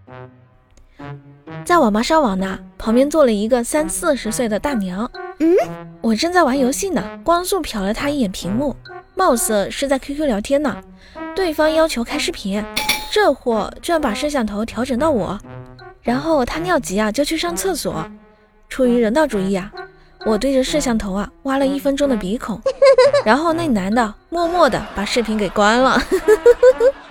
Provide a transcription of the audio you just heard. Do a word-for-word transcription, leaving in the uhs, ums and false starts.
在网吧上网呢，旁边坐了一个三四十岁的大娘。 嗯， 我正在玩游戏呢，光速瞟了她一眼屏幕，貌似是在 Q Q 聊天呢。对方要求开视频，这货居然把摄像头调整到我，然后他尿急啊，就去上厕所。出于人道主义啊，我对着摄像头啊挖了一分钟的鼻孔，然后那男的默默的把视频给关了。